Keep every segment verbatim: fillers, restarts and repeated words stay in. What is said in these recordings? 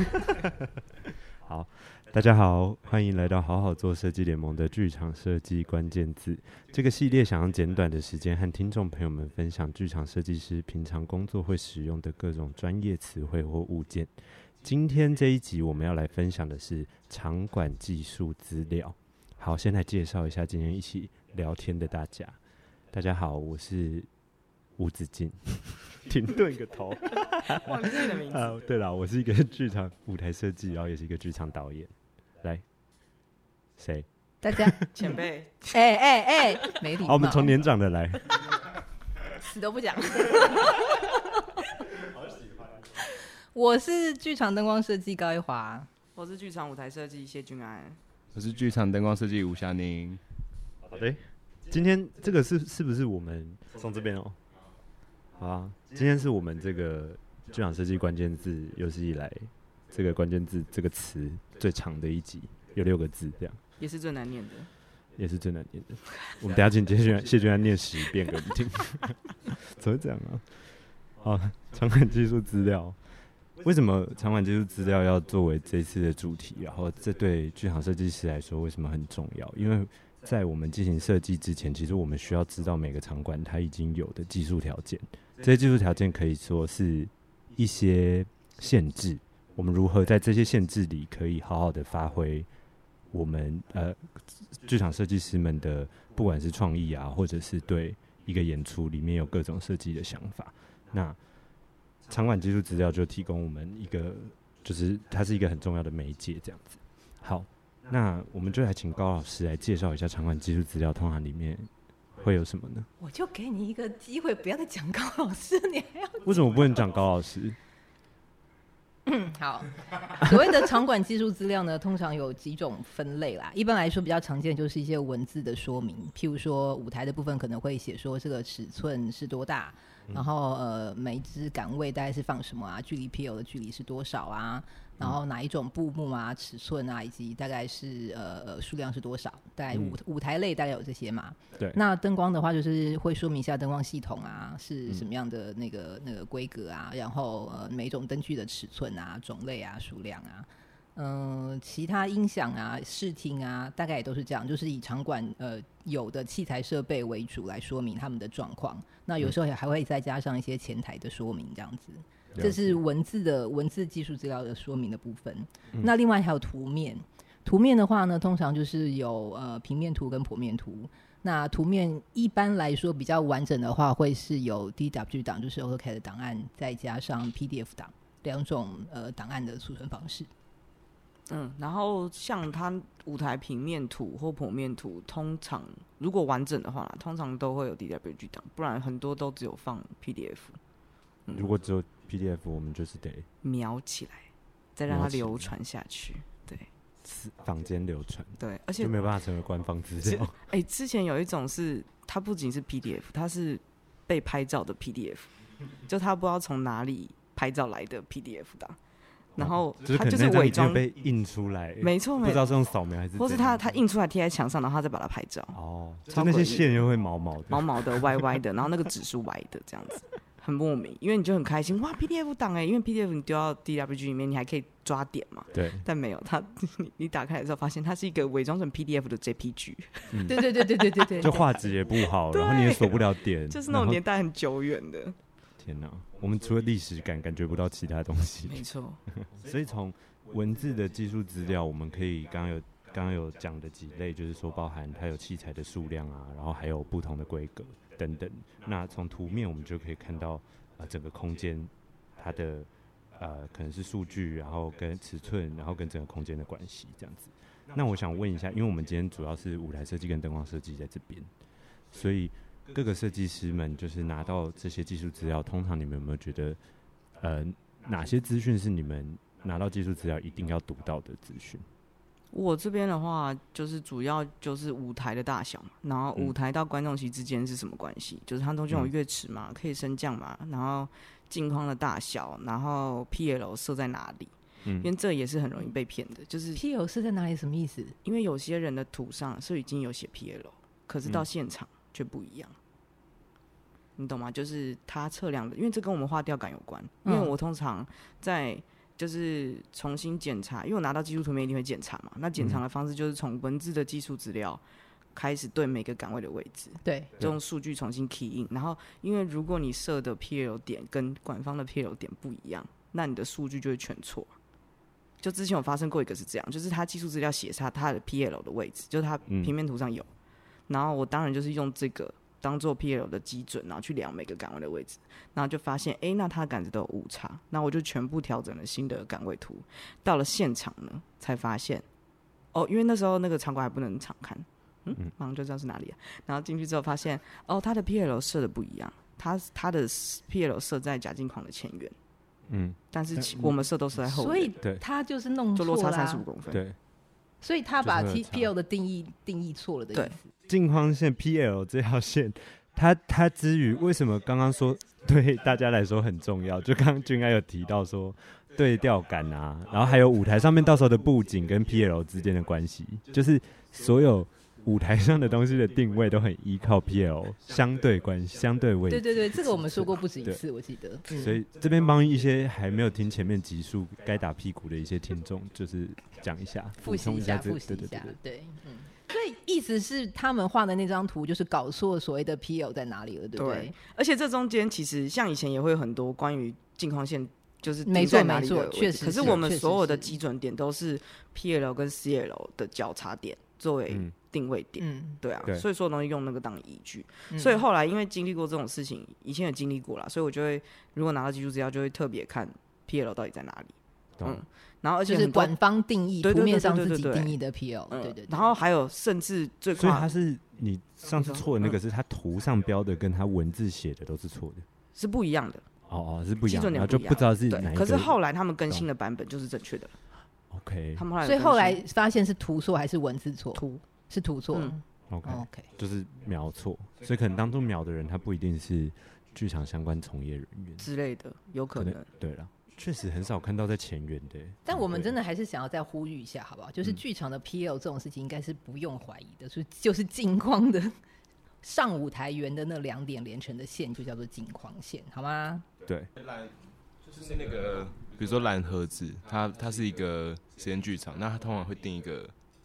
好，大家好，欢迎来到好好做设计联盟的剧场设计关键字。这个系列想用简短的时间和听众朋友们分享剧场设计师平常工作会使用的各种专业词汇或物件。今天这一集我们要来分享的是场馆技术资料。好，先来介绍一下今天一起聊天的大家。大家好，我是吴子敬。停顿个头， 忘记你的名字。 啊，对了，我是一个剧场舞台设计，然后也是一个剧场导演。来，谁？ 大家前辈。 哎哎哎，没礼貌。 好，我们从年长的来。 死都不讲。我是剧场灯光设计高一华， 我是剧场舞台设计谢君安， 我是剧场灯光设计吴夏宁。 好的，今天这个是是不是我们从这边哦？好啊，今天是我们这个剧场设计关键字有史以来这个关键字这个词最长的一集，有六个字，这样也是最难念的， 也是最难念的。我们等一下请谢君安谢君安念十遍给我们听，怎么会这样啊？好，场馆技术资料，为什么场馆技术资料要作为这次的主题？然后这对剧场设计师来说为什么很重要？因为在我们进行设计之前，其实我们需要知道每个场馆它已经有的技术条件。这些技术条件可以说是一些限制，我们如何在这些限制里可以好好的发挥我们呃剧场设计师们的不管是创意啊，或者是对一个演出里面有各种设计的想法。那场馆技术资料就提供我们一个，就是它是一个很重要的媒介，这样子。好，那我们就来请高老师来介绍一下场馆技术资料通常里面会有什么呢？ 我就给你一个机会，不要再讲高老师，你还要为什么不能讲高老师？ 嗯，好。所谓的场馆技术资料呢，通常有几种分类啦。一般来说，比较常见就是一些文字的说明，譬如说舞台的部分可能会写说这个尺寸是多大，然后呃每一支杆位大概是放什么啊，距离 P L 的距离是多少啊，然后哪一种布幕啊、尺寸啊，以及大概是呃数量是多少，大概舞、嗯、舞台类大概有这些嘛。 对。 那灯光的话，就是会说明一下灯光系统啊是什么样的那个、嗯、那个规格啊，然后呃每一种灯具的尺寸啊、种类啊、数量啊。嗯、呃，其他音响啊、视听啊，大概也都是这样，就是以场馆呃有的器材设备为主来说明他们的状况。那有时候还会再加上一些前台的说明，这样子。这是文字的文字技术资料的说明的部分。嗯、那另外还有图面，图面的话呢，通常就是有呃平面图跟剖面图。那图面一般来说比较完整的话，会是有 D W 档，就是 AutoCAD 的档案，再加上 P D F 档两种呃档案的储存方式。 嗯，然后像它舞台平面图或剖面图，通常如果完整的话，通常都会有 D W G 档，不然很多都只有放 P D F。嗯、 如果只有 P D F， 我们就是得描起来，再让它流传下去。对， 坊间流传。 对，而且就没有办法成为官方资料。 哎、欸，之前有一种是，它不仅是 P D F， 它是被拍照的 P D F， 就它不知道从哪里拍照来的 P D F 档。然后它就是伪装被印出来， 没错， 不知道是用扫描还是， 或是它它印出来贴在墙上，然后它再把它拍照。 哦，就那些线又会毛毛的、 毛毛的、歪歪的，然后那个纸是歪的，这样子很莫名。因为你就很开心，哇 ，P D F 档哎，因为 P D F 你丢到 D W G 里面，你还可以抓点嘛。 对。 但没有，它你你打开的时候发现它是一个伪装成 P D F 的 J P G。 嗯、对对对对对对对。 就画质也不好，然后你也锁不了点， 就是那种年代很久远的。 天哪，我们除了历史感，感觉不到其他东西。 没错。 所以从文字的技术资料，我们可以刚刚有刚刚有讲的几类，就是说包含它有器材的数量啊，然后还有不同的规格等等。那从图面我们就可以看到，呃，整个空间它的呃可能是数据，然后跟尺寸，然后跟整个空间的关系这样子。那我想问一下，因为我们今天主要是舞台设计跟灯光设计在这边，所以各个设计师们就是拿到这些技术资料，通常你们有没有觉得，呃，哪些资讯是你们拿到技术资料一定要读到的资讯？ 我这边的话，就是主要就是舞台的大小嘛，然后舞台到观众席之间是什么关系？嗯、就是它中间有乐池嘛，可以升降嘛，然后镜框的大小，然后 P L 设在哪里？嗯、因为这也是很容易被骗的，就是 P L 设在哪里什么意思？ 因为有些人的图上是已经有写 P L， 可是到现场却不一样。嗯你懂吗？就是它测量的，因为这跟我们画吊杆有关。因为我通常在就是重新检查，因为我拿到技术图面一定会检查嘛。那检查的方式就是从文字的技术资料开始对每个岗位的位置， 对， 就用数据重新 key in。然后，因为如果你设的 P L 点跟官方的 P L 点不一样，那你的数据就会全错。就之前有发生过一个是这样，就是他技术资料写下他的 P L 的位置，就是他平面图上有，嗯、然后我当然就是用这个当做 P L 的基准，然后去量每个岗位的位置，然后就发现，哎，那他的杆子都有误差，那我就全部调整了新的岗位图。到了现场呢，才发现，哦，因为那时候那个场馆还不能常看，嗯，马上就知道是哪里了。然后进去之后发现，哦，他的 P L 设的不一样，他他的 P L 设在甲进框的前缘。嗯，但是我们设都是在后面， 所以他就是弄错了， 就落差三十五公分。 对， 所以他把 P L 的定义定义错了的意思。 镜框线 P L 这条线，它它之于为什么刚刚说对大家来说很重要？就刚刚俊爱有提到说对调感啊，然后还有舞台上面到时候的布景跟 P L 之间的关系，就是所有舞台上的东西的定位都很依靠 P L 相对关系、相对位置。 对对对，这个我们说过不止一次，我记得。 嗯、所以这边帮一些还没有听前面集数该打屁股的一些听众，就是讲一下， 复习一下，复习一下，对，嗯。所以意思是他们画的那张图就是搞错所谓的 P L 在哪里了，对不对？ 对，而且这中间其实像以前也会有很多关于镜框线。就是定在哪里的位置， 没错，确实。 可是我们所有的基准点都是 P L 跟 C L 的交叉点作为定位点，嗯，对啊，对，所以所有东西用那个当依据。嗯、所以后来因为经历过这种事情，以前有经历过啦，所以我就会如果拿到技术资料，就会特别看 P L 到底在哪里。嗯，然后而且就是官方定义，图面上自己定义的 P L， 对对对。 然后还有甚至最所以他是你上次错的那个是他图上标的跟他文字写的都是错的， 是不一样的。 哦哦，是不一样的，然后就不知道是哪一个。 可是后来他们更新的版本就是正确的。 OK， 他们后来所以后来发现是图错还是文字错？ 图是图错。嗯、 OK OK， 就是描错，所以可能当初描的人他不一定是剧场相关从业人员之类的，有可能。 可能对了，确实很少看到在前缘的。 但我们真的还是想要再呼吁一下，好不好？就是剧场的 P L 这种事情应该是不用怀疑的，是就是镜框的上舞台圆的那两点连成的线就叫做镜框线，好吗？ 对， 就是那个，比如说蓝盒子，它它是一个实验剧场，那它通常会定一个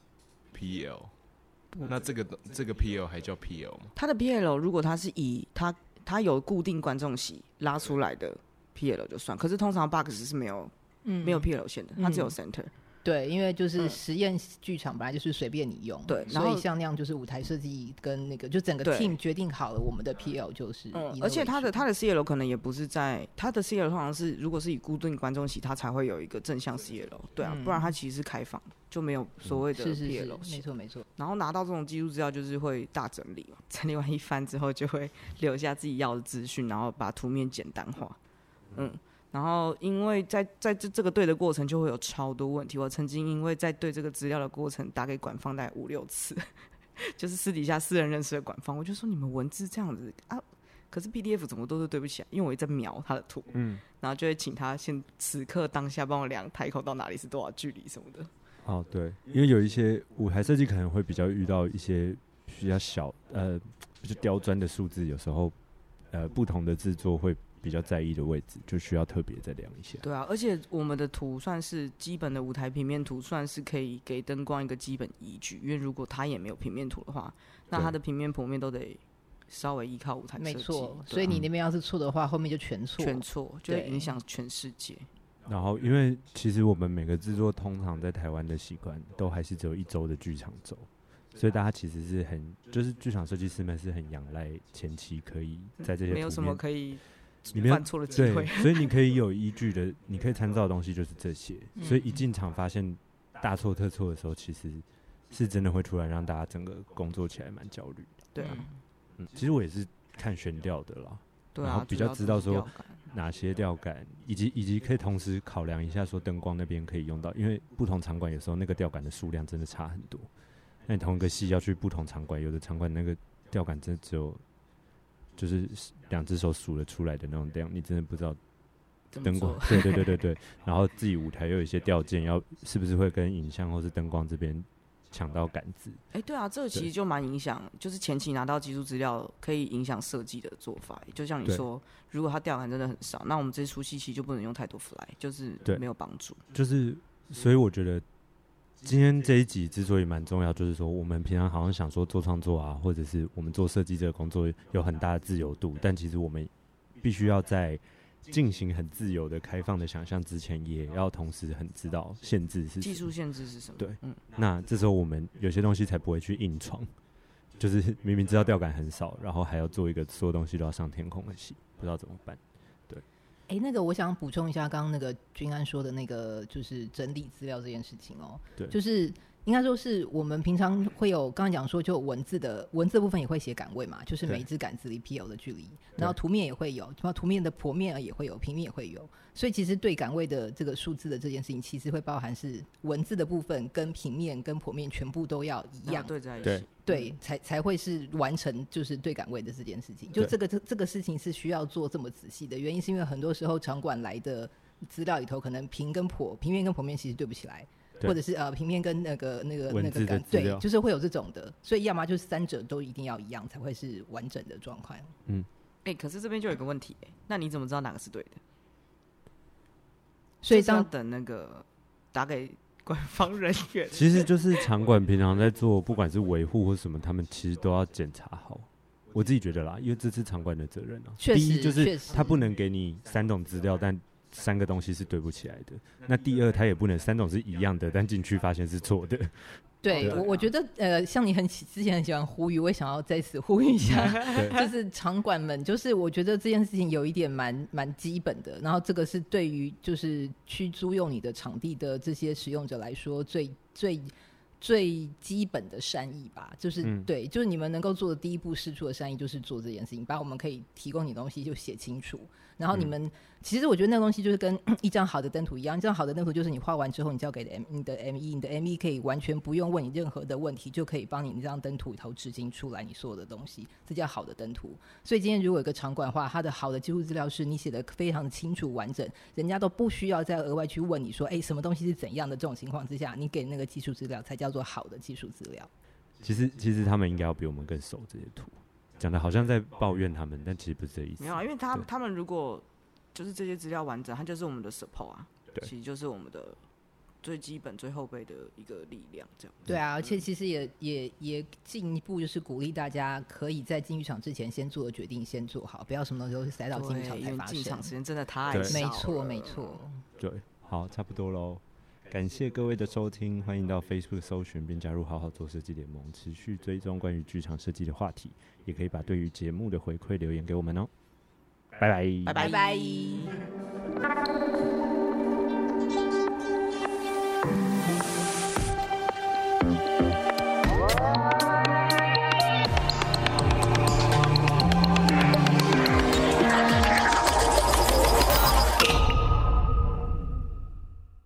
P L， 那这个这个 P L 还叫 P L 吗？ 它的 P L 如果它是以它它有固定观众席拉出来的 P L 就算，可是通常 box 是没有、嗯、没有 P L 线的，它只有 center。嗯对，因为就是实验剧场本来就是随便你用， 对， 所以像那样就是舞台设计跟那个就整个 team 决定好了，我们的 P L 就是、嗯， 而且它的它的 C L 可能也不是在它的 C L 通常是如果是以固定观众席，它才会有一个正向 C L， 对啊，嗯、不然它其实是开放，就没有所谓的 P L，、 嗯、是是是没错没错。 然后拿到这种技术资料，就是会大整理嘛，整理完一番之后，就会留下自己要的资讯，然后把图面简单化，嗯。然后，因为在在这这个对的过程，就会有超多问题。我曾经因为在对这个资料的过程，打给管方大概五六次，就是私底下私人认识的管方，我就说你们文字这样子啊，可是 P D F 怎么都是对不起来，因为我一直在描他的图，嗯，然后就会请他先此刻当下帮我量台口到哪里是多少距离什么的。 哦，对，因为有一些舞台设计可能会比较遇到一些比较小呃比较刁钻的数字，有时候呃不同的制作会比较在意的位置，就需要特别再量一下。 对啊，而且我们的图算是基本的舞台平面图，算是可以给灯光一个基本依据。因为如果它也没有平面图的话，那它的平面剖面都得稍微依靠舞台设计。 没错，所以你那边要是错的话，后面就全错， 全错就会影响全世界。 然后，因为其实我们每个制作通常在台湾的习惯，都还是只有一周的剧场周。所以大家其实是很，就是剧场设计师们是很仰赖前期可以在这些图面没有什么可以你犯错的机会， 所以你可以有依据的，你可以参照的东西就是这些。嗯、所以一进场发现大错特错的时候，其实是真的会突然让大家整个工作起来蛮焦虑的。 对啊， 嗯，其实我也是看悬吊的啦， 对啊， 然后比较知道说哪些吊杆，以及以及可以同时考量一下说灯光那边可以用到，因为不同场馆有时候那个吊杆的数量真的差很多。那你同一个戏要去不同场馆，有的场馆那个吊杆真的只有就是两只手数得出来的那种量，你真的不知道灯光。对对对对对，然后自己舞台又有一些吊件，要是不是会跟影像或是灯光这边抢到杆子。 哎、欸，对啊，这个其实就蛮影响，就是前期拿到技术资料可以影响设计的做法。就像你说，如果它吊杆真的很少，那我们这些初期期就不能用太多 fly， 就是没有帮助。 就是所以我觉得今天这一集之所以蛮重要，就是说我们平常好像想说做创作啊，或者是我们做设计这个工作有很大的自由度，但其实我们必须要在进行很自由的开放的想象之前，也要同时很知道限制是什么， 技术限制是什么。 对， 嗯， 那这时候我们有些东西才不会去硬闯，就是明明知道吊杆很少，然后还要做一个所有东西都要上天空的戏，不知道怎么办。对， 哎、欸，那个我想补充一下，刚刚那个君安说的那个就是整理资料这件事情哦、喔， 对， 就是应该说是我们平常会有刚刚讲说，就文字的文字部分也会写杆位嘛，就是每一支杆子离 P L 的距离，然后图面也会有，然后图面的剖面也会有，平面也会有，所以其实对杆位的这个数字的这件事情，其实会包含是文字的部分跟平面跟剖面全部都要一样对在一起， 对，对才才会是完成就是对杆位的这件事情。就这个这这个事情是需要做这么仔细的原因，是因为很多时候场馆来的资料里头，可能平跟剖平面跟剖面其实对不起来。或者是呃平面跟那个那个那个感对，就是会有这种的，所以要么就是三者都一定要一样，才会是完整的状况。 嗯， 哎、欸，可是这边就有一个问题、欸，那你怎么知道哪个是对的？ 所以当要等那个打给官方人员， 其实就是场馆平常在做，不管是维护或什么，他们其实都要检查好。我自己觉得啦，因为这是场馆的责任啊。第一就是他不能给你三种资料，但三个东西是对不起来的。那第二，他也不能三种是一样的，但进去发现是错的。 对，我我觉得呃，像你很之前很喜欢呼吁，我也想要在此呼吁一下，就是场馆们，就是我觉得这件事情有一点蛮蛮基本的，然后这个是对于就是去租用你的场地的这些使用者来说，最最最基本的善意吧，就是、嗯、对，就是你们能够做的第一步释出的善意，就是做这件事情，把我们可以提供你的东西就写清楚。然后你们、嗯、其实我觉得那个东西就是跟一张好的灯图一样，一张好的灯图就是你画完之后你交给的你的 M E， 你的 M E 可以完全不用问你任何的问题，就可以帮你那张灯图里头执行出来你所有的东西，这叫好的灯图。所以今天如果有一个场馆的话，它的好的技术资料是你写的非常的清楚完整，人家都不需要再额外去问你说哎，什么东西是怎样的，这种情况之下你给那个技术资料才叫做好的技术资料。 其实其实他们应该要比我们更熟这些图，讲的好像在抱怨他们，但其实不是这意思。 没有啊，因为他他们如果就是这些资料完整，它就是我们的 support 啊， 对， 其实就是我们的最基本、最后备的一个力量，这样。 对啊，而且其实也也也进一步就是鼓励大家可以在进剧场之前先做的决定先做好，不要什么时候塞到进剧场才发生。 进场时间真的太少了。 没错，没错。 对，好，差不多喽。感谢各位的收听，欢迎到 Facebook 搜寻并加入好好做设计联盟，持续追踪关于剧场设计的话题，也可以把对于节目的回馈留言给我们哦。拜拜， 拜拜，拜拜。